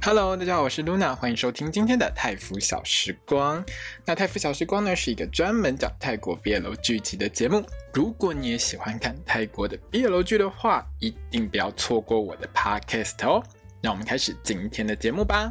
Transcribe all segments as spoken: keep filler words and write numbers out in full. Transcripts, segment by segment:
Hello， 大家好，我是 Luna， 欢迎收听今天的泰服小时光。那泰服小时光呢，是一个专门讲泰国 B L 剧集的节目。如果你也喜欢看泰国的 B L 剧的话，一定不要错过我的 Podcast 哦。那我们开始今天的节目吧。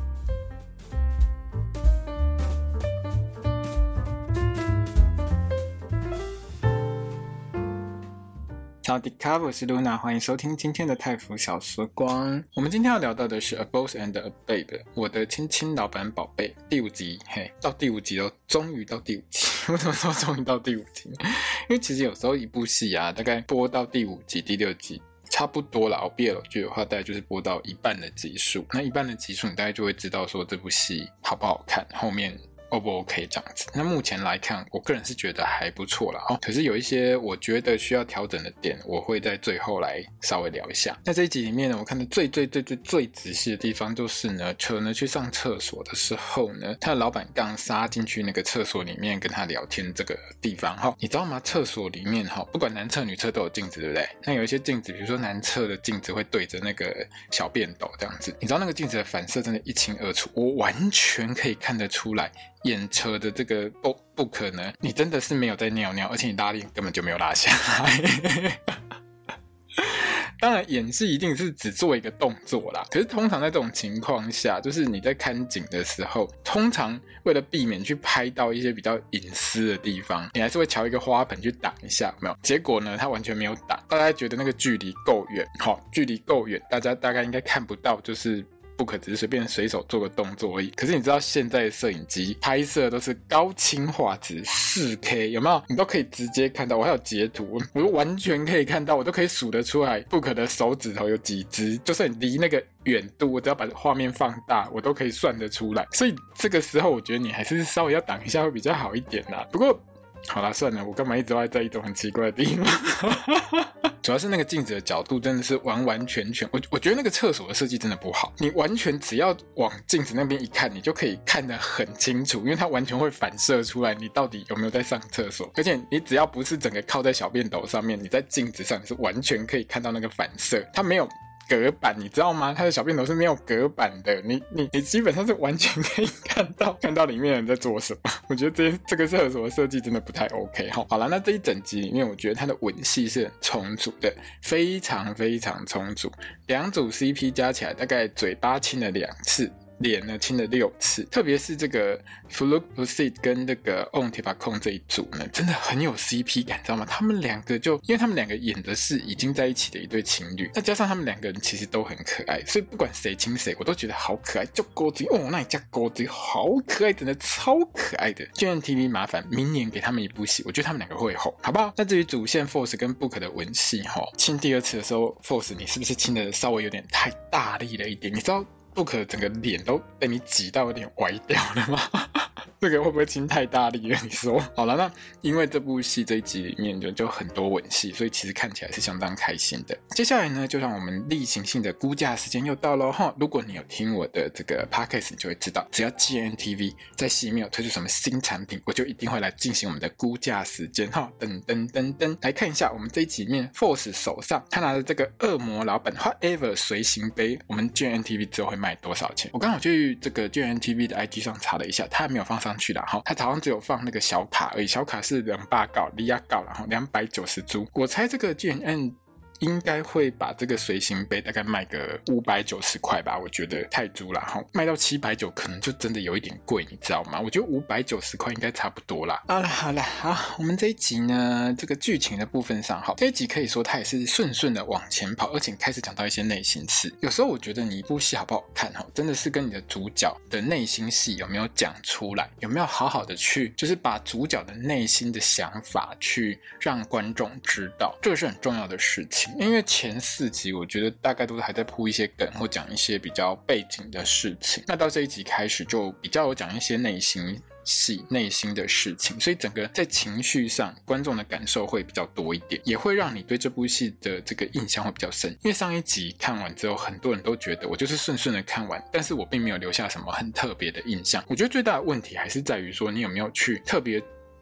萨瓦迪卡，我是 Luna， 欢迎收听今天的泰服小时光。我们今天要聊到的是 A Boss and a Babe， 我的亲亲老板宝贝第五集，嘿，到第五集了，终于到第五集。为什么说终于到第五集？因为其实有时候一部戏啊，大概播到第五集、第六集。差不多啦 B L 剧的话大概就是播到一半的集数，那一半的集数你大概就会知道说这部戏好不好看，后面 O 不 OK 这样子。那目前来看我个人是觉得还不错啦、哦、可是有一些我觉得需要调整的点我会在最后来稍微聊一下。那这一集里面呢，我看到最最最最最仔细的地方就是呢，车呢去上厕所的时候呢，他的老板刚杀进去那个厕所里面跟他聊天这个地方、哦、你知道吗？厕所里面、哦、不管男厕女厕都有镜子对不对？那有一些镜子比如说男厕的镜子会对着那个小便斗这样子，你知道那个镜子的反射真的一清二楚，我完全可以看得出来眼车的这个不不可能，你真的是没有在尿尿，而且你拉链根本就没有拉下来。当然演戏一定是只做一个动作啦，可是通常在这种情况下，就是你在看景的时候，通常为了避免去拍到一些比较隐私的地方，你还是会瞧一个花盆去挡一下，有没有？结果呢，他完全没有挡，大家觉得那个距离够远，好，距离够远，大家大概应该看不到，就是不可只是随便随手做个动作而已。可是你知道现在的摄影机拍摄都是高清画质 四 K， 有没有？你都可以直接看到，我还有截图，我完全可以看到，我都可以数得出来不可的手指头有几只，就算你离那个远度，我只要把画面放大，我都可以算得出来。所以这个时候我觉得你还是稍微要挡一下会比较好一点啦。不过好啦，算了，我干嘛一直要在一种很奇怪的地方？主要是那个镜子的角度真的是完完全全，我我觉得那个厕所的设计真的不好。你完全只要往镜子那边一看，你就可以看得很清楚，因为它完全会反射出来你到底有没有在上厕所。而且你只要不是整个靠在小便斗上面，你在镜子上你是完全可以看到那个反射，它没有隔板，你知道吗？它的小便斗是没有隔板的，你你你基本上是完全可以看到看到里面人在做什么。我觉得这这个厕所的设计真的不太 OK。 好，好啦，那这一整集里面我觉得它的吻戏是很充足的，非常非常充足，两组 C P 加起来大概嘴巴亲了两次，脸呢亲了六次，特别是这个 Fluk Pusit 跟这个 On Tipakong 这一组呢，真的很有 C P 感，知道吗？他们两个就因为他们两个演的是已经在一起的一对情侣，再加上他们两个人其实都很可爱，所以不管谁亲谁，我都觉得好可爱，就勾子哦，那你家勾子好可爱，真的超可爱的。G M T V 麻烦明年给他们一部戏，我觉得他们两个会红，好不好？那至于主线 Force 跟 Book 的吻戏，亲第二次的时候 Force 你是不是亲的稍微有点太大力了一点？你知道Book 整个脸都被你挤到有点歪掉了吗？这个会不会亲太大力了？你说好了，那因为这部戏这一集里面就就很多吻戏，所以其实看起来是相当开心的。接下来呢，就让我们例行性的估价时间又到了哈。如果你有听我的这个 podcast， 你就会知道，只要 G N T V 在戏没有推出什么新产品，我就一定会来进行我们的估价时间哈。噔噔噔噔，来看一下我们这一集里面 Force 手上他拿的这个恶魔老板 Whatever 随行杯，我们 G N T V 之后会卖多少钱？我刚好去这个 G N T V 的 I G 上查了一下，他还没有放上去啦，他好像只有放那个小卡而已，小卡是两百告利亚告，然后两百九十铢。我猜这个 G N N 应该会把这个随行杯大概卖个五百九十块吧，我觉得太租啦，卖到七百九十可能就真的有一点贵，你知道吗？我觉得五百九十块应该差不多啦。好了好了，好，我们这一集呢，这个剧情的部分上，好，这一集可以说它也是顺顺的往前跑，而且开始讲到一些内心戏。有时候我觉得你一部戏好不好看，真的是跟你的主角的内心戏有没有讲出来，有没有好好的去就是把主角的内心的想法去让观众知道，这个是很重要的事情。因为前四集我觉得大概都是还在铺一些梗或讲一些比较背景的事情，那到这一集开始就比较有讲一些内心戏内心的事情，所以整个在情绪上观众的感受会比较多一点，也会让你对这部戏的这个印象会比较深。因为上一集看完之后很多人都觉得我就是顺顺的看完，但是我并没有留下什么很特别的印象。我觉得最大的问题还是在于说你有没有去特别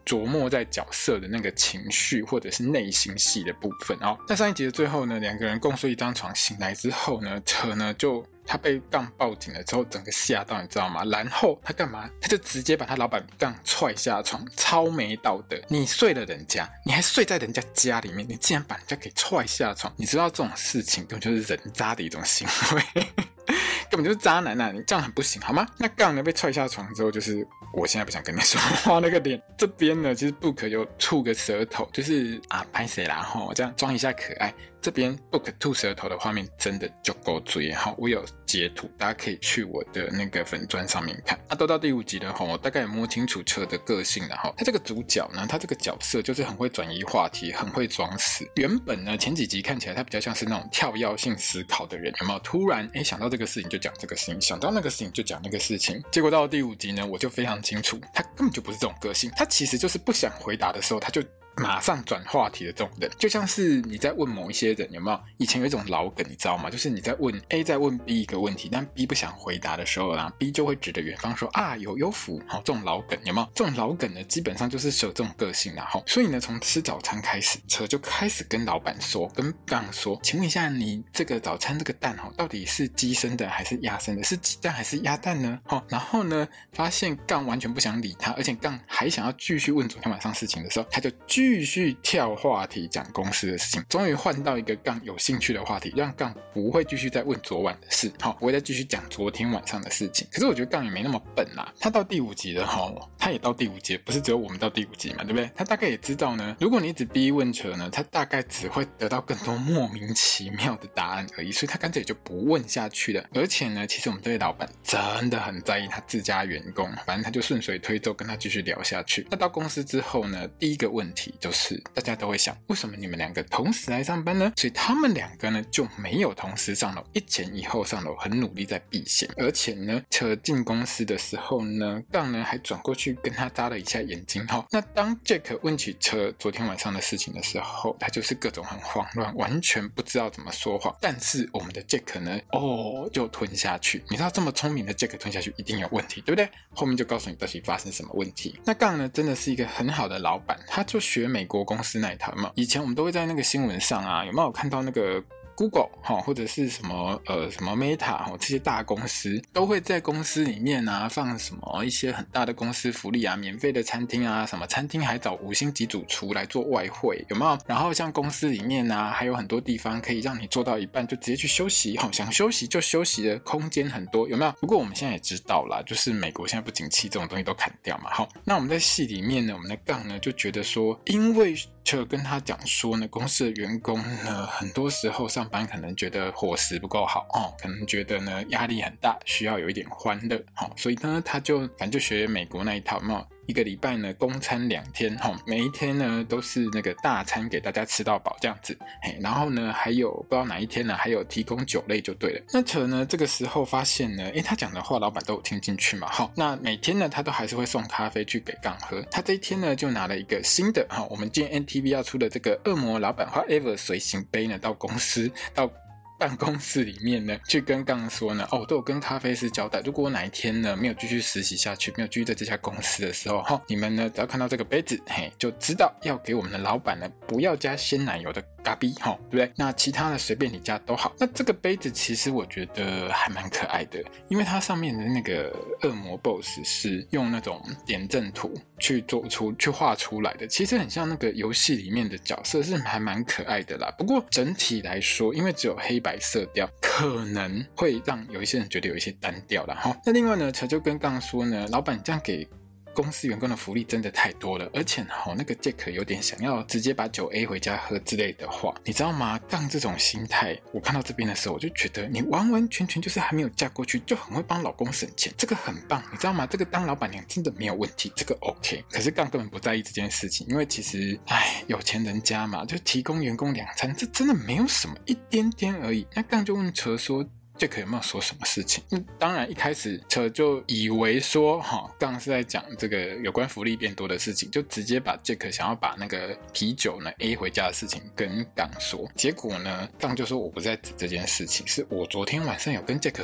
琢磨在角色的那个情绪或者是内心戏的部分哦。在上一集的最后呢，两个人共睡一张床，醒来之后呢，车呢就他被杠报警了之后，整个吓到，你知道吗？然后他干嘛？他就直接把他老板杠踹下床，超没道德！你睡了人家，你还睡在人家家里面，你竟然把人家给踹下床，你知道这种事情根本就是人渣的一种行为。根本就是渣男啊！你这样很不行好吗？那杠呢被踹下床之后，就是我现在不想跟你说话那个脸这边呢，其实 Book 有吐个舌头，就是啊拍谁啦吼，这样装一下可爱。这边 Book 吐舌头的画面真的就够追哈，我有截图，大家可以去我的那个粉专上面看。那、啊、都到第五集了哈，我大概也摸清楚车的个性了哈。他这个主角呢，他这个角色就是很会转移话题，很会装死。原本呢前几集看起来他比较像是那种跳跃性思考的人，有没有？突然哎想到这个事情就讲这个事情，想到那个事情就讲那个事情。结果到了第五集呢，我就非常清楚，他根本就不是这种个性，他其实就是不想回答的时候，他就马上转话题的这种人，就像是你在问某一些人有没有？以前有一种老梗，你知道吗？就是你在问 A 在问 B 一个问题，但 B 不想回答的时候啦 ，B 就会指着远方说啊有有福，好、哦、这种老梗有没有？这种老梗呢，基本上就是有这种个性啦。所以呢，从吃早餐开始，车就开始跟老板说，跟杠说，请问一下，你这个早餐这个蛋哦，到底是鸡生的还是鸭生的？是鸡蛋还是鸭蛋呢？哦，然后呢，发现杠完全不想理他，而且杠还想要继续问昨天晚上事情的时候，他就继续跳话题讲公司的事情，终于换到一个杠有兴趣的话题，让杠不会继续再问昨晚的事，好，不会再继续讲昨天晚上的事情。可是我觉得杠也没那么笨啦，他到第五集了哈，他也到第五集，不是只有我们到第五集嘛，对不对？他大概也知道呢，如果你一直逼问车呢，他大概只会得到更多莫名其妙的答案而已，所以他干脆也就不问下去了。而且呢，其实我们这位老板真的很在意他自家员工，反正他就顺水推舟跟他继续聊下去。那到公司之后呢，第一个问题就是大家都会想，为什么你们两个同时来上班呢？所以他们两个呢就没有同时上楼，一前一后上楼，很努力在避嫌。而且呢，车进公司的时候呢，杠呢还转过去跟他眨了一下眼睛。好，那当 Jack 问起车昨天晚上的事情的时候，他就是各种很慌乱，完全不知道怎么说话。但是我们的 Jack 呢，哦，就吞下去。你知道这么聪明的 Jack 吞下去一定有问题，对不对？后面就告诉你到底发生什么问题。那杠呢，真的是一个很好的老板，他就学美国公司那一套嘛。以前我们都会在那个新闻上啊，有没有看到那个Google 或者是什么呃什么 Meta 这些大公司都会在公司里面啊放什么一些很大的公司福利啊，免费的餐厅啊，什么餐厅还找五星级主厨来做外汇，有没有？然后像公司里面啊还有很多地方可以让你做到一半就直接去休息，想休息就休息的空间很多，有没有？不过我们现在也知道啦，就是美国现在不景气，这种东西都砍掉嘛。好，那我们在戏里面呢，我们的杠呢就觉得说，因为就跟他讲说呢，公司的员工呢，很多时候上班可能觉得伙食不够好哦，可能觉得呢压力很大，需要有一点欢乐，好、哦，所以呢他就反正就学美国那一套嘛。一个礼拜呢，公餐两天，齁，每一天呢都是那个大餐给大家吃到饱这样子，嘿，然后呢还有不知道哪一天呢，还有提供酒类就对了。那车呢这个时候发现呢，诶，他讲的话老板都有听进去嘛，齁，那每天呢他都还是会送咖啡去给杠喝。他这一天呢就拿了一个新的，齁，我们今天 N T V 要出的这个恶魔老板 whatever 随行杯呢，到公司到办公室里面呢，去跟杠说呢，哦，我都有跟咖啡师交代，如果我哪一天呢没有继续实习下去，没有继续在这家公司的时候，齁，你们呢只要看到这个杯子，嘿，就知道要给我们的老板呢不要加鲜奶油的咖啡，齁，对不对？那其他的随便你加都好。那这个杯子其实我觉得还蛮可爱的，因为它上面的那个恶魔 boss 是用那种点阵图去做出去画出来的，其实很像那个游戏里面的角色，是还蛮可爱的啦。不过整体来说，因为只有黑白色调，可能会让有一些人觉得有一些单调啦。齁，那另外呢，车就跟杠说呢，老板这样给公司员工的福利真的太多了，而且齁，那个 Jack 有点想要直接把酒 A 回家喝之类的话，你知道吗？杠这种心态，我看到这边的时候，我就觉得你完完全全就是还没有嫁过去，就很会帮老公省钱，这个很棒，你知道吗？这个当老板娘真的没有问题，这个 OK。可是杠根本不在意这件事情，因为其实，唉，有钱人家嘛，就提供员工两餐，这真的没有什么，一点点而已。那杠就问车说，Jack 有没有说什么事情？嗯，当然一开始车就以为说哈，杠是在讲这个有关福利变多的事情，就直接把 Jack 想要把那个啤酒呢 A 回家的事情跟杠说。结果呢，杠就说我不是在指这件事情，是我昨天晚上有跟 Jack 说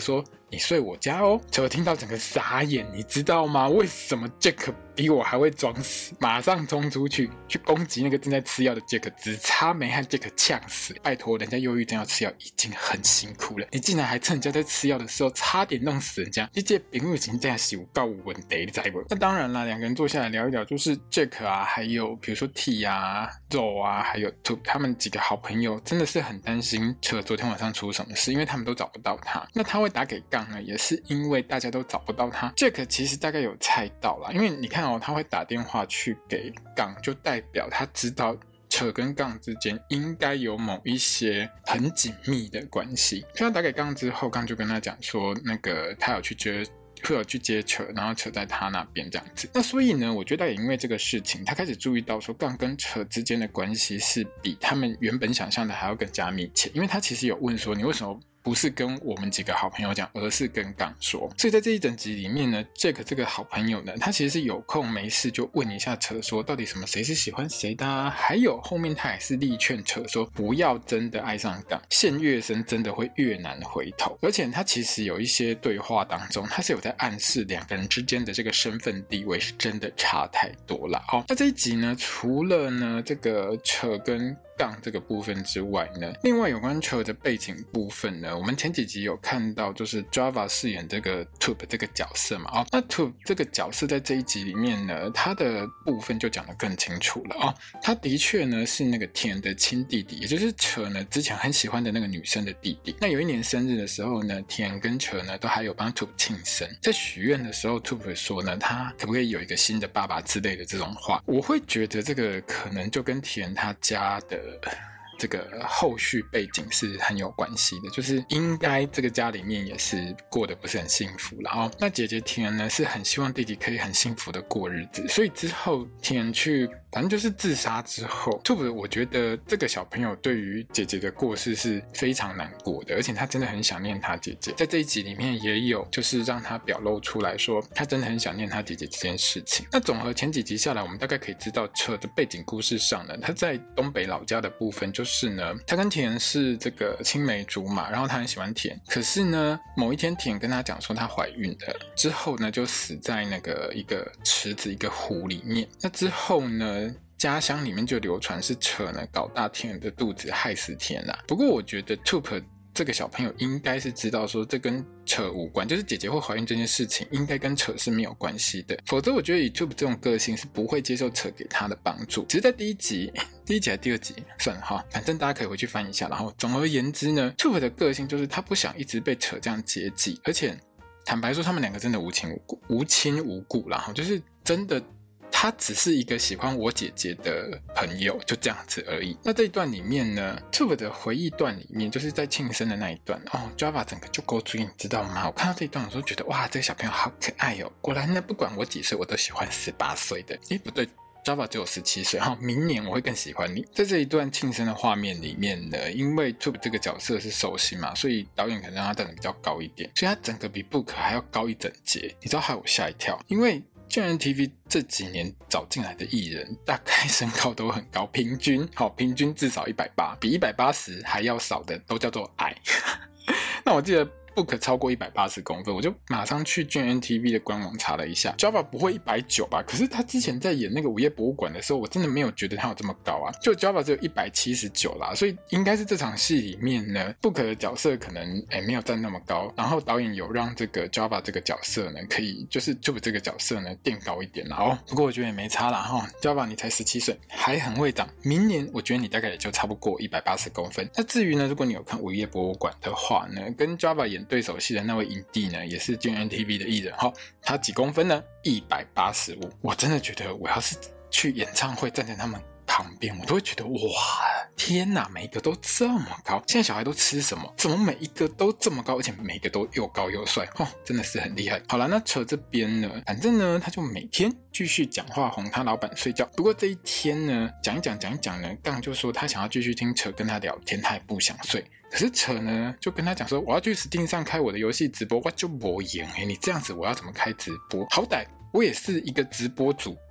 你睡我家哦。扯听到整个傻眼，你知道吗？为什么 Jack 比我还会装死？马上冲出去去攻击那个正在吃药的 Jack， 只差没和 Jack 呛死。拜托，人家忧郁症要吃药已经很辛苦了，你竟然还趁人家在吃药的时候差点弄死人家，你这朋友真的是有够有问题，你知不？那当然啦，两个人坐下来聊一聊，就是 Jack 啊，还有比如说 T 啊、肉啊，还有 Tube 他们几个好朋友，真的是很担心扯昨天晚上出什么事，因为他们都找不到他。那他会打给杠呢，也是因为大家都找不到他。Jack 其实大概有猜到啦，因为你看哦，他会打电话去给杠，就代表他知道扯跟杠之间应该有某一些很紧密的关系。所以他打给杠之后，杠就跟他讲说，那个他有去接。会有去接扯，然后扯在他那边这样子。那所以呢，我觉得也因为这个事情，他开始注意到说杠跟扯之间的关系是比他们原本想象的还要更加密切。因为他其实有问说，你为什么不是跟我们几个好朋友讲，而是跟杠说？所以在这一整集里面呢 Jack 这个好朋友呢，他其实是有空没事就问一下扯说，到底什么谁是喜欢谁的啊？还有后面他也是力劝扯说，不要真的爱上杠，陷越深真的会越难回头。而且他其实有一些对话当中，他是有在暗示两个人之间的这个身份地位是真的差太多了。哦，那这一集呢，除了呢这个扯跟杠这个部分之外呢，另外有关扯的背景部分呢，我们前几集有看到，就是 Java 饰演这个 Tube 这个角色嘛。哦，那 Tube 这个角色在这一集里面呢，他的部分就讲得更清楚了。哦，他的确呢是那个田的亲弟弟，也就是扯呢之前很喜欢的那个女生的弟弟。那有一年生日的时候呢，田跟扯呢都还有帮 Tube 庆生，在许愿的时候 Tube 说呢，他可不可以有一个新的爸爸之类的这种话。我会觉得这个可能就跟田他家的这个后续背景是很有关系的，就是应该这个家里面也是过得不是很幸福。然后那姐姐田呢是很希望弟弟可以很幸福的过日子，所以之后田去反正就是自杀之后 Tube 我觉得这个小朋友对于姐姐的过世是非常难过的，而且他真的很想念他姐姐。在这一集里面也有就是让他表露出来说他真的很想念他姐姐这件事情。那总和前几集下来，我们大概可以知道扯的背景故事上呢，他在东北老家的部分就是呢，他跟田是这个青梅竹马，然后他很喜欢田，可是呢某一天田跟他讲说他怀孕了之后呢，就死在那个一个池子一个湖里面。那之后呢家乡里面就流传是扯呢搞大田的肚子害死田啦。不过我觉得 Tube 这个小朋友应该是知道说这跟扯无关，就是姐姐会怀孕这件事情应该跟扯是没有关系的，否则我觉得以 Tube 这种个性是不会接受扯给他的帮助。其实在第一集第一集还是第二集算了哈，反正大家可以回去翻一下。然后总而言之呢 Tube 的个性就是他不想一直被扯这样接济，而且坦白说他们两个真的无情无故无亲无故，然后就是真的他只是一个喜欢我姐姐的朋友，就这样子而已。那这一段里面呢 Tube 的回忆段里面，就是在庆生的那一段哦 Java 整个就勾追，你知道吗？我看到这一段我说觉得哇，这个小朋友好可爱哦，果然呢不管我几岁我都喜欢十八岁的。诶不对，Java 只有十七岁，哈，明年我会更喜欢你。在这一段庆生的画面里面呢，因为 Tube 这个角色是寿星嘛，所以导演可能让他站得比较高一点，所以他整个比 Book 还要高一整截。你知道害我吓一跳，因为G M T V 这几年找进来的艺人大概身高都很高，平均好，平均至少一百八十，比一百八十还要少的都叫做矮。那我记得不可超过一百八十公分，我就马上去 G M T V 的官网查了一下 Java 不会一百九十吧，可是他之前在演那个午夜博物馆的时候，我真的没有觉得他有这么高啊，就 Java 只有一百七十九啦，所以应该是这场戏里面呢不可的角色可能诶没有站那么高，然后导演有让这个 Java 这个角色呢可以就是 Tube 这个角色呢垫高一点啦。哦，不过我觉得也没差啦齁 Java 你才十七岁还很会长，明年我觉得你大概也就差不多一百八十公分。那至于呢如果你有看午夜博物馆的话呢，跟 Java 演对手戏的那位影帝呢也是 G M T V 的艺人齁，他几公分呢一百八十五。我真的觉得我要是去演唱会站在他们旁边，我都会觉得哇天哪，每一个都这么高，现在小孩都吃什么？怎么每一个都这么高，而且每个都又高又帅哦，真的是很厉害。好啦，那扯这边呢，反正呢他就每天继续讲话哄他老板睡觉。不过这一天呢讲一讲讲一讲呢，杠就说他想要继续听扯跟他聊天，他也不想睡。可是扯呢就跟他讲说，我要去 Steam 上开我的游戏直播，我就没赢欸，你这样子我要怎么开直播？好歹我也是一个直播主，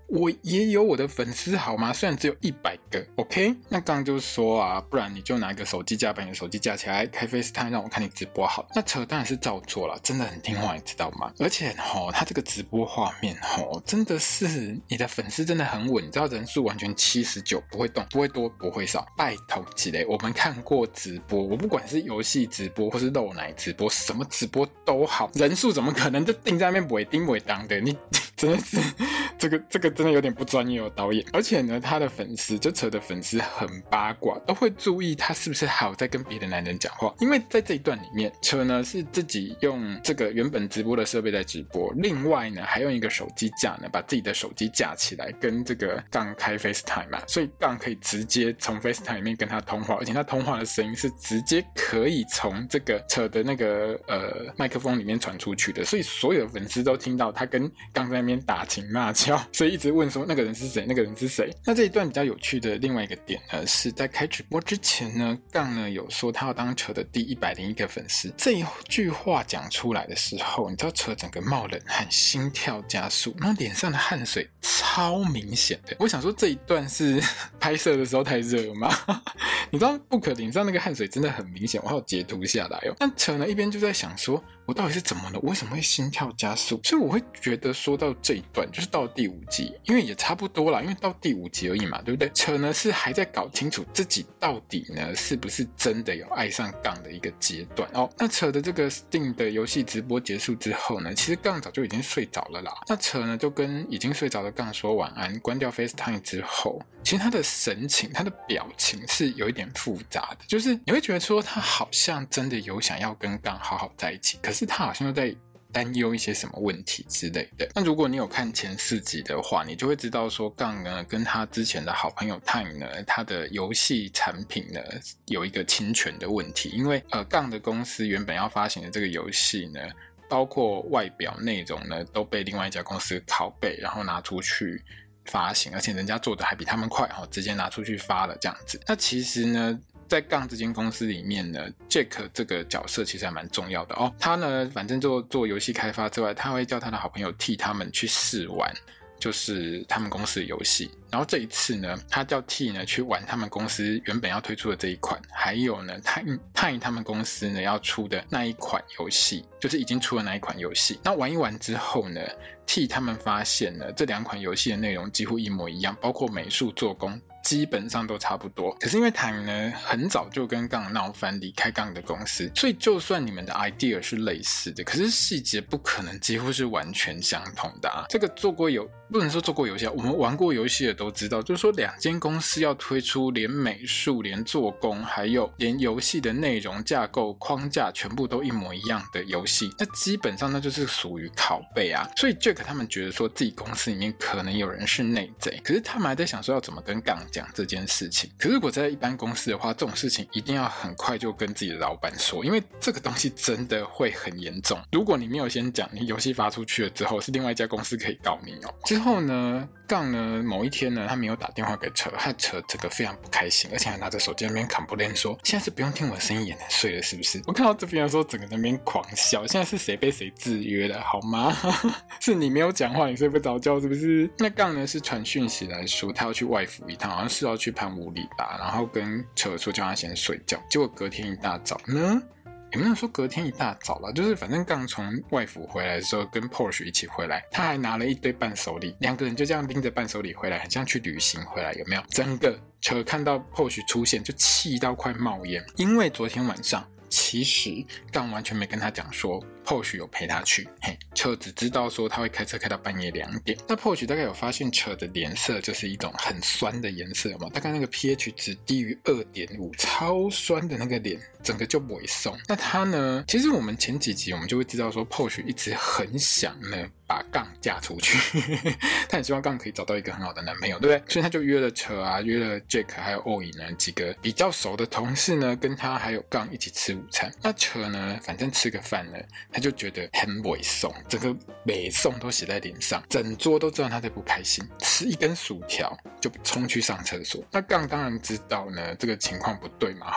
我也有我的粉丝好吗？虽然只有一百个 OK， 那刚就说啊，不然你就拿一个手机架，把你的手机架起来开 FaceTime 让我看你直播好。那扯当然是照做了，真的很听话，你知道吗？而且吼，他这个直播画面吼，真的是你的粉丝真的很稳，你知道人数完全七十九，不会动，不会多，不会少。拜托几嘞，我们看过直播，我不管是游戏直播或是漏奶直播，什么直播都好，人数怎么可能就定在那边不会定不会当的？你真的是这个这个真的有点不专业哦，导演。而且呢，他的粉丝就扯的粉丝很八卦，都会注意他是不是还有在跟别的男人讲话。因为在这一段里面，扯呢是自己用这个原本直播的设备在直播，另外呢还用一个手机架呢把自己的手机架起来，跟这个杠开 FaceTime 嘛，所以杠可以直接从 FaceTime 里面跟他通话，而且他通话的声音是直接可以从这个扯的那个呃麦克风里面传出去的，所以所有的粉丝都听到他跟杠在那边打情骂俏，所以一直问说那个人是谁，那个人是谁。那这一段比较有趣的另外一个点呢，是在开直播之前呢，杠呢有说他要当扯的第一百零一个粉丝。这一句话讲出来的时候，你知道扯整个冒冷汗，心跳加速，然后脸上的汗水超明显的。我想说这一段是拍摄的时候太热吗？你知道不可脸上那个汗水真的很明显，我还有截图下来哦。那扯呢一边就在想说，我到底是怎么了？我为什么会心跳加速？所以我会觉得说到这一段就是到第五集，因为也差不多啦，因为到第五集而已嘛，对不对？扯呢是还在搞清楚自己到底呢是不是真的有爱上杠的一个阶段哦。那扯的这个 Steam 的游戏直播结束之后呢，其实杠早就已经睡着了啦。那扯呢就跟已经睡着的杠说晚安，关掉 FaceTime 之后，其实他的神情、他的表情是有一点复杂的，就是你会觉得说他好像真的有想要跟杠好好在一起，可是他好像又在担忧一些什么问题之类的。那如果你有看前四集的话，你就会知道说杠呢跟他之前的好朋友 Time 呢，他的游戏产品呢有一个侵权的问题，因为呃杠的公司原本要发行的这个游戏呢，包括外表内容呢都被另外一家公司拷贝，然后拿出去发行，而且人家做的还比他们快，直接拿出去发了这样子。那其实呢在杠这间公司里面呢 Jack 这个角色其实还蛮重要的哦。他呢反正就做游戏开发之外，他会叫他的好朋友替他们去试玩就是他们公司的游戏，然后这一次呢他叫 T 呢去玩他们公司原本要推出的这一款，还有呢Time他们公司呢要出的那一款游戏，就是已经出了那一款游戏。那玩一玩之后呢 T 他们发现呢这两款游戏的内容几乎一模一样，包括美术做工基本上都差不多。可是因为Time呢很早就跟杠闹翻离开杠的公司，所以就算你们的 idea 是类似的，可是细节不可能几乎是完全相同的啊。这个做过有不能说做过游戏，我们玩过游戏的都知道，就是说两间公司要推出连美术连做工还有连游戏的内容架构框架全部都一模一样的游戏，那基本上那就是属于拷贝啊。所以 Jack 他们觉得说自己公司里面可能有人是内贼，可是他们还在想说要怎么跟杠讲这件事情。可是如果在一般公司的话，这种事情一定要很快就跟自己的老板说，因为这个东西真的会很严重。如果你没有先讲，你游戏发出去了之后是另外一家公司可以告你哦。之后呢杠呢某一天呢他没有打电话给扯，他扯这个非常不开心，而且还拿着手机那边 complain 说现在是不用听我的声音也能睡了是不是？我看到这边的时候整个那边狂笑，现在是谁被谁制约了好吗？是你没有讲话你睡不着觉是不是？那杠呢是传讯息来说他要去外府一趟，好像是要去盘武里吧，然后跟扯说叫他先睡觉。结果隔天一大早呢，也没有说隔天一大早啦，就是反正刚从外府回来的时候跟 Porsche 一起回来，他还拿了一堆伴手礼，两个人就这样拎着伴手礼回来，很像去旅行回来，有没有？整个扯看到 Porsche 出现就气到快冒烟，因为昨天晚上其实杠完全没跟他讲说 Porsche 有陪他去，嘿，车只知道说他会开车开到半夜两点。那 Porsche 大概有发现车的脸色就是一种很酸的颜色嘛，大概那个 pH 值低于 二点五， 超酸的那个脸整个就萎送。那他呢其实我们前几集我们就会知道说 Porsche 一直很想呢把杠嫁出去他很希望杠可以找到一个很好的男朋友，对不对？所以他就约了车啊，约了 Jack 还有 Oi 呢几个比较熟的同事呢跟他还有杠一起吃午餐。那车呢反正吃个饭呢他就觉得很猥送，整个美送都写在脸上，整桌都知道他在不开心，吃一根薯条就冲去上厕所。那杠当然知道呢这个情况不对嘛，齁，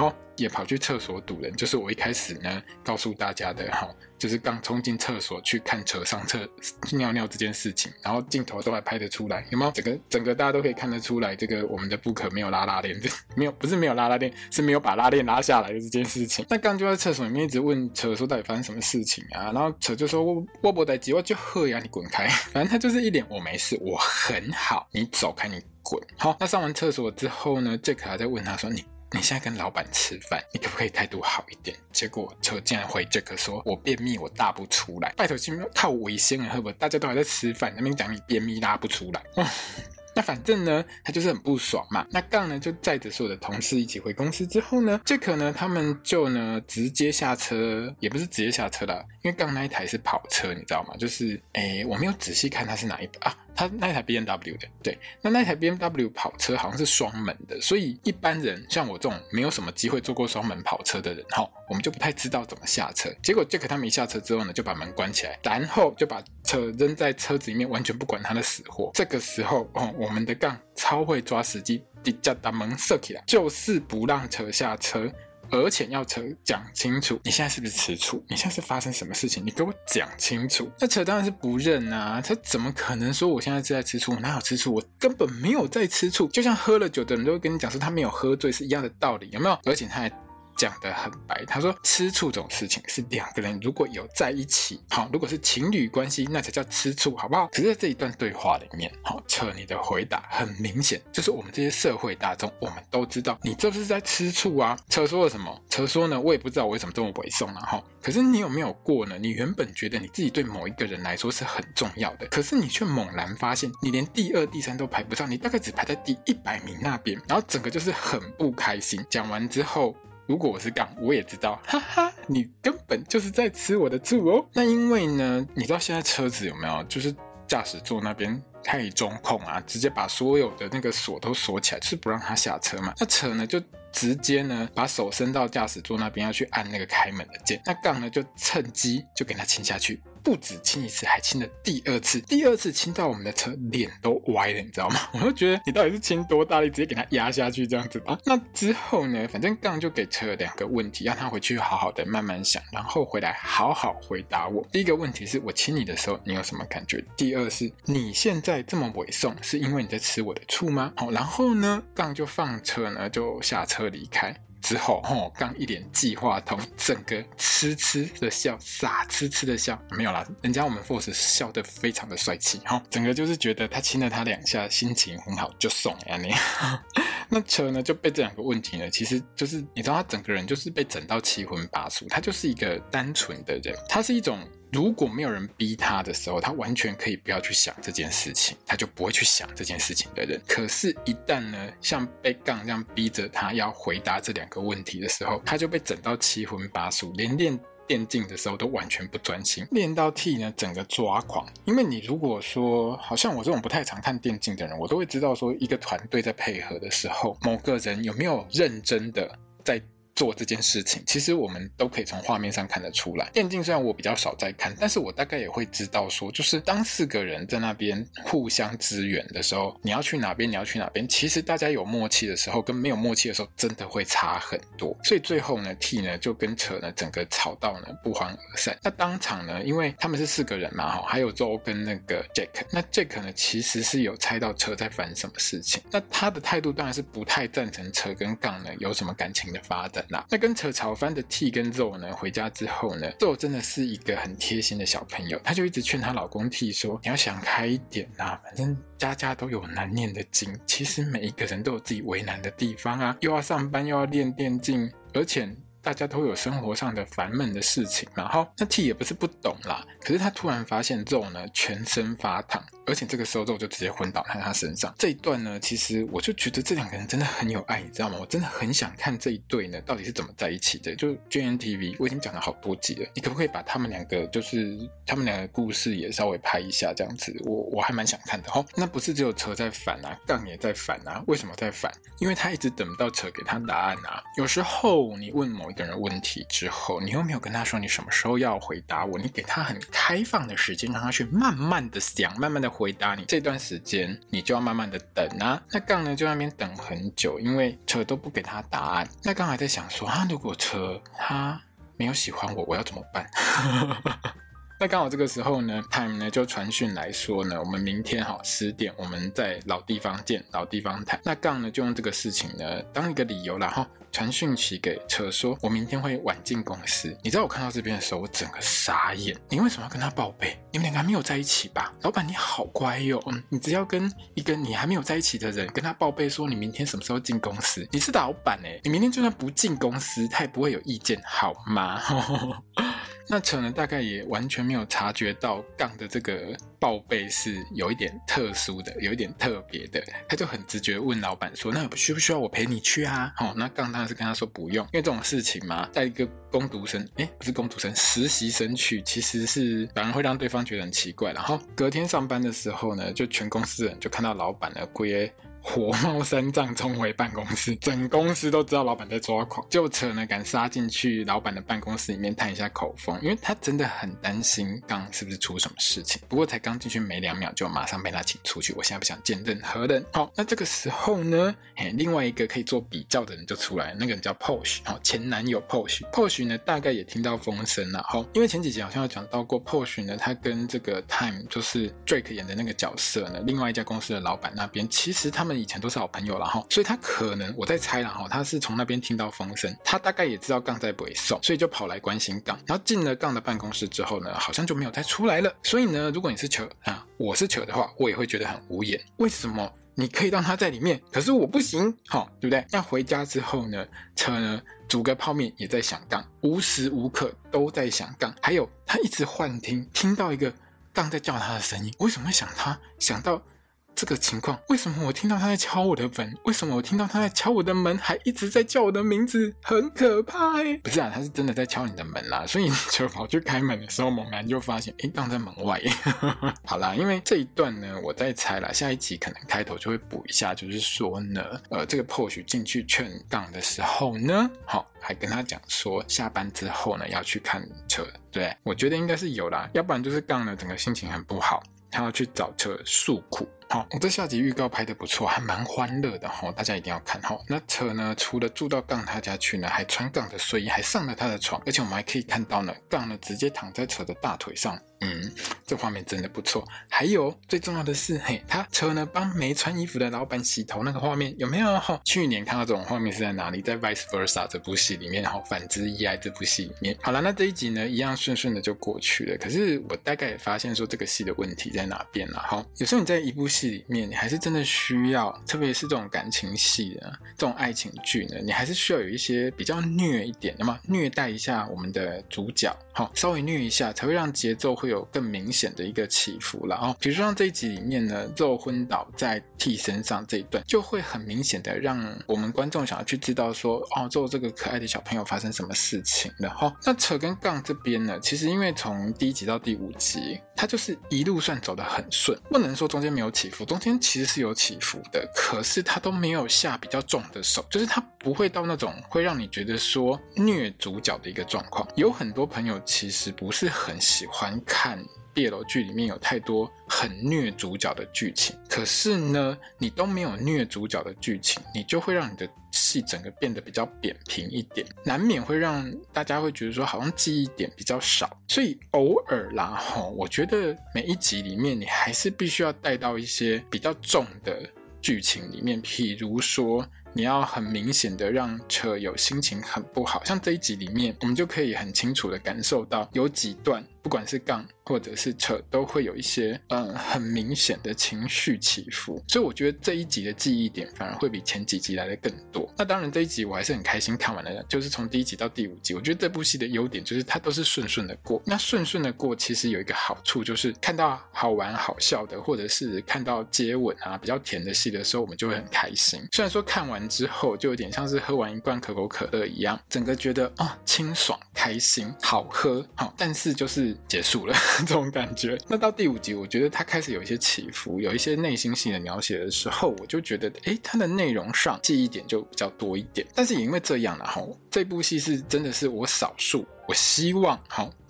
也跑去厕所堵人，就是我一开始呢告诉大家的齁，就是刚冲进厕所去看车上厕尿尿这件事情，然后镜头都还拍得出来，有没有？整个整个大家都可以看得出来，这个我们的 Book 没有拉拉链，没有不是没有拉拉链，是没有把拉链拉下来的这件事情。那刚就在厕所里面一直问车说到底发生什么事情啊，然后车就说我我没代志，我就喝呀，你滚开。反正他就是一脸我没事，我很好，你走开，你滚。好，那上完厕所之后呢 Jack 还在问他说你你现在跟老板吃饭，你可不可以态度好一点？结果车竟然回 Jack 说我便秘我大不出来，拜托去套危险了，好不好？大家都还在吃饭，那边讲你便秘拉不出来、哦那反正呢他就是很不爽嘛，那杠呢就载着所有的同事一起回公司之后呢 Jack 呢他们就呢直接下车，也不是直接下车啦，因为杠那一台是跑车你知道吗，就是诶我没有仔细看它是哪一把啊，他那一台 B M W 的，对，那那一台 B M W 跑车好像是双门的，所以一般人像我这种没有什么机会坐过双门跑车的人齁，我们就不太知道怎么下车。结果 Jack 他们一下车之后呢就把门关起来，然后就把车扔在车子里面，完全不管他的死活。这个时候、哦、我们的杠超会抓时机，直接把门射起来，就是不让车下车，而且要车讲清楚你现在是不是吃醋，你现在是发生什么事情，你给我讲清楚。那车当然是不认啊，他怎么可能说我现在是在吃醋，我哪有吃醋，我根本没有在吃醋，就像喝了酒的人都会跟你讲说他没有喝醉是一样的道理，有没有？而且他还讲得很白，他说吃醋这种事情是两个人如果有在一起，好，如果是情侣关系那才叫吃醋，好不好？可是在这一段对话里面，好，车你的回答很明显，就是我们这些社会大众我们都知道你这是在吃醋啊。车说了什么？车说呢我也不知道我为什么这么猥琐啊，可是你有没有过呢，你原本觉得你自己对某一个人来说是很重要的，可是你却猛然发现你连第二第三都排不上，你大概只排在第一百名那边，然后整个就是很不开心。讲完之后如果我是杠我也知道，哈哈，你根本就是在吃我的醋哦。那因为呢你知道现在车子有没有就是驾驶座那边太中控啊，直接把所有的那个锁都锁起来，就是不让他下车嘛。那车呢就直接呢把手伸到驾驶座那边要去按那个开门的键，那杠呢就趁机就给他亲下去，不止亲一次还亲了第二次，第二次亲到我们的车脸都歪了，你知道吗？我就觉得你到底是亲多大力，直接给他压下去这样子吧。那之后呢反正杠就给车两个问题，让他回去好好的慢慢想，然后回来好好回答我。第一个问题是我亲你的时候你有什么感觉，第二是你现在这么猥琐是因为你在吃我的醋吗？好，然后呢杠就放车呢就下车离开之后，哦，刚一脸计划通，整个痴痴的笑，傻痴痴的笑，没有啦，人家我们 Force 笑得非常的帅气，哦，整个就是觉得他亲了他两下，心情很好，就送了你。那车呢就被这两个问题呢，其实就是你知道他整个人就是被整到七荤八素，他就是一个单纯的人，他是一种如果没有人逼他的时候，他完全可以不要去想这件事情，他就不会去想这件事情的人。可是一旦呢像被杠这样逼着他要回答这两个问题的时候，他就被整到七荤八素，连练电竞的时候都完全不专心，练到 T 呢整个抓狂。因为你如果说好像我这种不太常看电竞的人，我都会知道说一个团队在配合的时候，某个人有没有认真的在做这件事情，其实我们都可以从画面上看得出来。电竞虽然我比较少在看，但是我大概也会知道说，就是当四个人在那边互相支援的时候，你要去哪边你要去哪边，其实大家有默契的时候跟没有默契的时候真的会差很多。所以最后呢 T 呢就跟车呢整个吵到呢不欢而散。那当场呢因为他们是四个人嘛，还有 Zoe 跟那个 Jack， 那 Jack 呢其实是有猜到车在烦什么事情，那他的态度当然是不太赞成车跟杠呢有什么感情的发展。那跟扯吵翻的 T 跟 Zoe 呢回家之后呢， Zoe 真的是一个很贴心的小朋友，他就一直劝她老公 T 说你要想开一点啊，反正家家都有难念的经，其实每一个人都有自己为难的地方啊，又要上班又要练电竞，而且大家都有生活上的烦闷的事情嘛。好，那 T 也不是不懂啦，可是他突然发现 Zoe 呢全身发烫，而且这个时候 Zoe 就直接昏倒在他身上。这一段呢其实我就觉得这两个人真的很有爱，你知道吗？我真的很想看这一对呢到底是怎么在一起的。就 G N T V 我已经讲了好多集了，你可不可以把他们两个就是他们两个故事也稍微拍一下这样子，我我还蛮想看的。齁，那不是只有车在烦啊，杠也在烦啊。为什么在烦？因为他一直等不到车给他答案啊。有时候你问某一个人问题之后，你又没有跟他说你什么时候要回答我，你给他很开放的时间让他去慢慢的想慢慢的回答你，这段时间你就要慢慢的等啊。那杠呢就在那边等很久，因为车都不给他答案。那杠还在想说啊，如果车他没有喜欢我，我要怎么办？那刚好这个时候呢 Time 呢就传讯来说呢，我们明天好十点我们在老地方见，老地方谈。那杠呢就用这个事情呢当一个理由啦齁，传讯息给车说我明天会晚进公司。你知道我看到这边的时候我整个傻眼，你为什么要跟他报备？你们两个还没有在一起吧？老板你好乖哟、嗯，你只要跟一个你还没有在一起的人跟他报备说你明天什么时候进公司，你是老板耶，你明天就算不进公司他也不会有意见好吗？那车呢大概也完全没有察觉到杠的这个报备是有一点特殊的，有一点特别的，他就很直觉问老板说那需不需要我陪你去啊？哦，那杠当然是跟他说不用，因为这种事情嘛，带一个工读生诶不是工读生实习生去其实是反而会让对方觉得很奇怪。然后隔天上班的时候呢，就全公司人就看到老板呢归火冒三丈冲回办公室，整公司都知道老板在抓狂，就车呢敢杀进去老板的办公室里面探一下口风，因为他真的很担心刚是不是出什么事情。不过才刚进去没两秒就马上被他请出去，我现在不想见任何人。好，那这个时候呢另外一个可以做比较的人就出来，那个人叫 Porsche 前男友 Porsche Porsche 呢大概也听到风声了，因为前几集好像有讲到过 Porsche 呢他跟这个 Time 就是 Drake 演的那个角色呢，另外一家公司的老板那边其实他们以前都是好朋友啦，所以他可能我在猜啦，他是从那边听到风声，他大概也知道杠在北宋，所以就跑来关心杠。然后进了杠的办公室之后呢，好像就没有再出来了。所以呢，如果你是扯啊，我是扯的话，我也会觉得很无言。为什么你可以让他在里面，可是我不行？好，对不对？那回家之后呢，车呢煮个泡面也在想杠，无时无刻都在想杠。还有他一直幻听，听到一个杠在叫他的声音。为什么会想他？想到这个情况，为什么我听到他在敲我的门？为什么我听到他在敲我的门，还一直在叫我的名字？很可怕耶！不是啊，他是真的在敲你的门啦，所以你就跑去开门的时候，猛然就发现，诶，杠在门外耶。好啦，因为这一段呢，我在猜啦，下一集可能开头就会补一下，就是说呢，呃，这个 Porsche 进去劝杠的时候呢，好，还跟他讲说，下班之后呢要去看车，对，我觉得应该是有啦，要不然就是杠呢整个心情很不好，他要去找车诉苦。好，我这下集预告拍得不错，还蛮欢乐的齁，大家一定要看齁。那车呢，除了住到杠他家去呢，还穿杠的睡衣，还上了他的床，而且我们还可以看到呢，杠呢直接躺在车的大腿上。嗯，这画面真的不错。还有最重要的是，嘿，他车呢帮没穿衣服的老板洗头那个画面有没有？齁，去年看到这种画面是在哪里？在 Vice Versa 这部戏里面，然后反之亦爱这部戏里面。好了，那这一集呢，一样顺顺的就过去了。可是我大概也发现说这个戏的问题在哪边了。齁，有时候你在一部戏里面，你还是真的需要，特别是这种感情戏的这种爱情剧呢，你还是需要有一些比较虐一点，那么虐待一下我们的主角，好，稍微虐一下，才会让节奏会有更明显的一个起伏啦。哦，比如说像这一集里面呢，肉昏倒在 T 身上这一段，就会很明显的让我们观众想要去知道说，哦，肉这个可爱的小朋友发生什么事情了。哦，那扯跟杠这边呢，其实因为从第一集到第五集，它就是一路算走得很顺，不能说中间没有起伏，中间其实是有起伏的，可是它都没有下比较重的手，就是它不会到那种会让你觉得说虐主角的一个状况。有很多朋友其实不是很喜欢看B L剧里面有太多很虐主角的剧情，可是呢你都没有虐主角的剧情，你就会让你的戏整个变得比较扁平一点，难免会让大家会觉得说好像记忆点比较少，所以偶尔啦齁，我觉得每一集里面你还是必须要带到一些比较重的剧情里面，譬如说你要很明显的让车有心情很不好，像这一集里面我们就可以很清楚的感受到有几段不管是杠或者是车都会有一些嗯很明显的情绪起伏，所以我觉得这一集的记忆点反而会比前几集来的更多。那当然这一集我还是很开心看完了，就是从第一集到第五集，我觉得这部戏的优点就是它都是顺顺的过。那顺顺的过其实有一个好处，就是看到好玩好笑的，或者是看到接吻啊比较甜的戏的时候，我们就会很开心。虽然说看完之后就有点像是喝完一罐可口可乐一样，整个觉得哦清爽开心好喝，好，但是就是结束了这种感觉。那到第五集我觉得它开始有一些起伏，有一些内心戏的描写的时候，我就觉得诶它的内容上记忆点就比较多一点。但是也因为这样啦齁，这部戏是真的是我少数我希望好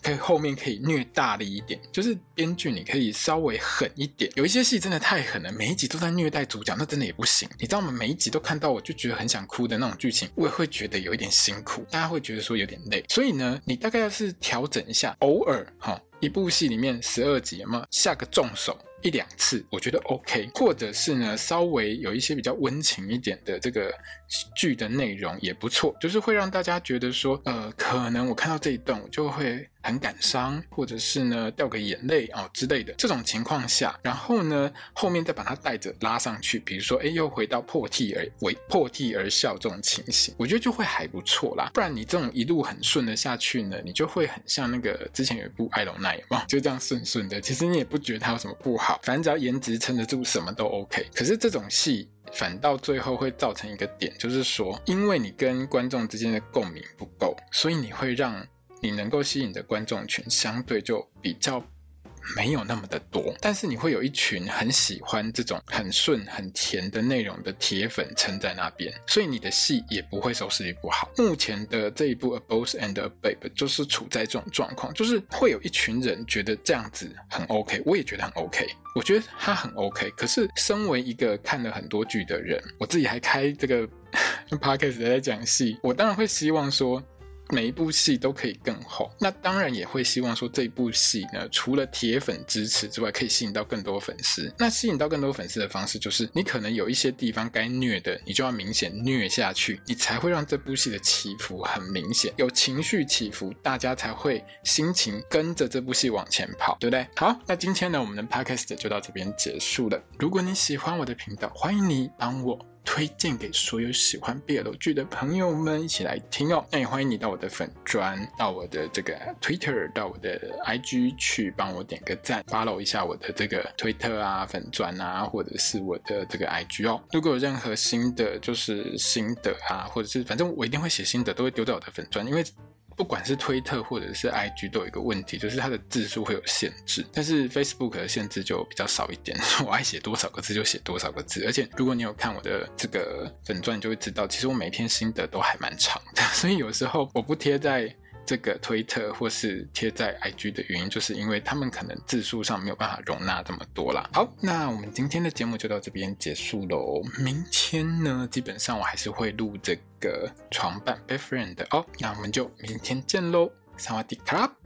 可以后面可以虐大力一点，就是编剧你可以稍微狠一点。有一些戏真的太狠了，每一集都在虐待主角，那真的也不行。你知道吗？每一集都看到我就觉得很想哭的那种剧情，我也会觉得有一点辛苦，大家会觉得说有点累。所以呢，你大概要是调整一下，偶尔齁一部戏里面十二集有没有下个重手一两次，我觉得 OK， 或者是呢稍微有一些比较温情一点的这个剧的内容也不错，就是会让大家觉得说呃，可能我看到这一段我就会很感伤，或者是呢掉个眼泪哦之类的。这种情况下，然后呢后面再把它带着拉上去，比如说哎又回到破涕而为破涕而笑这种情形，我觉得就会还不错啦。不然你这种一路很顺的下去呢，你就会很像那个之前有一部爱龙奈有没有，就这样顺顺的，其实你也不觉得它有什么不好，反正只要颜值撑得住什么都 OK。 可是这种戏反到最后会造成一个点，就是说因为你跟观众之间的共鸣不够，所以你会让你能够吸引的观众群相对就比较没有那么的多，但是你会有一群很喜欢这种很顺很甜的内容的铁粉撑在那边，所以你的戏也不会收视率不好。目前的这一部 A Boss and a Babe 就是处在这种状况，就是会有一群人觉得这样子很 OK， 我也觉得很 OK， 我觉得他很 OK。 可是身为一个看了很多剧的人，我自己还开这个podcast 在讲戏，我当然会希望说每一部戏都可以更红，那当然也会希望说这一部戏呢，除了铁粉支持之外，可以吸引到更多粉丝。那吸引到更多粉丝的方式，就是你可能有一些地方该虐的，你就要明显虐下去，你才会让这部戏的起伏很明显，有情绪起伏，大家才会心情跟着这部戏往前跑，对不对？好，那今天呢，我们的 podcast 就到这边结束了。如果你喜欢我的频道，欢迎你帮我推荐给所有喜欢 B L 剧的朋友们一起来听哦。那也欢迎你到我的粉专，到我的这个 Twitter， 到我的 I G 去帮我点个赞 follow 一下我的这个推特啊粉专啊，或者是我的这个 I G 哦。如果有任何新的就是心得啊，或者是反正我一定会写心得，都会丢在我的粉专，因为不管是推特或者是 I G 都有一个问题，就是它的字数会有限制，但是 Facebook 的限制就比较少一点，我爱写多少个字就写多少个字。而且如果你有看我的这个粉专，就会知道其实我每天心得都还蛮长的，所以有时候我不贴在这个推特或是贴在 I G 的原因，就是因为他们可能字数上没有办法容纳这么多啦。好，那我们今天的节目就到这边结束咯。明天呢，基本上我还是会录这个床伴 Best Friend 的哦。那我们就明天见咯，萨瓦迪卡。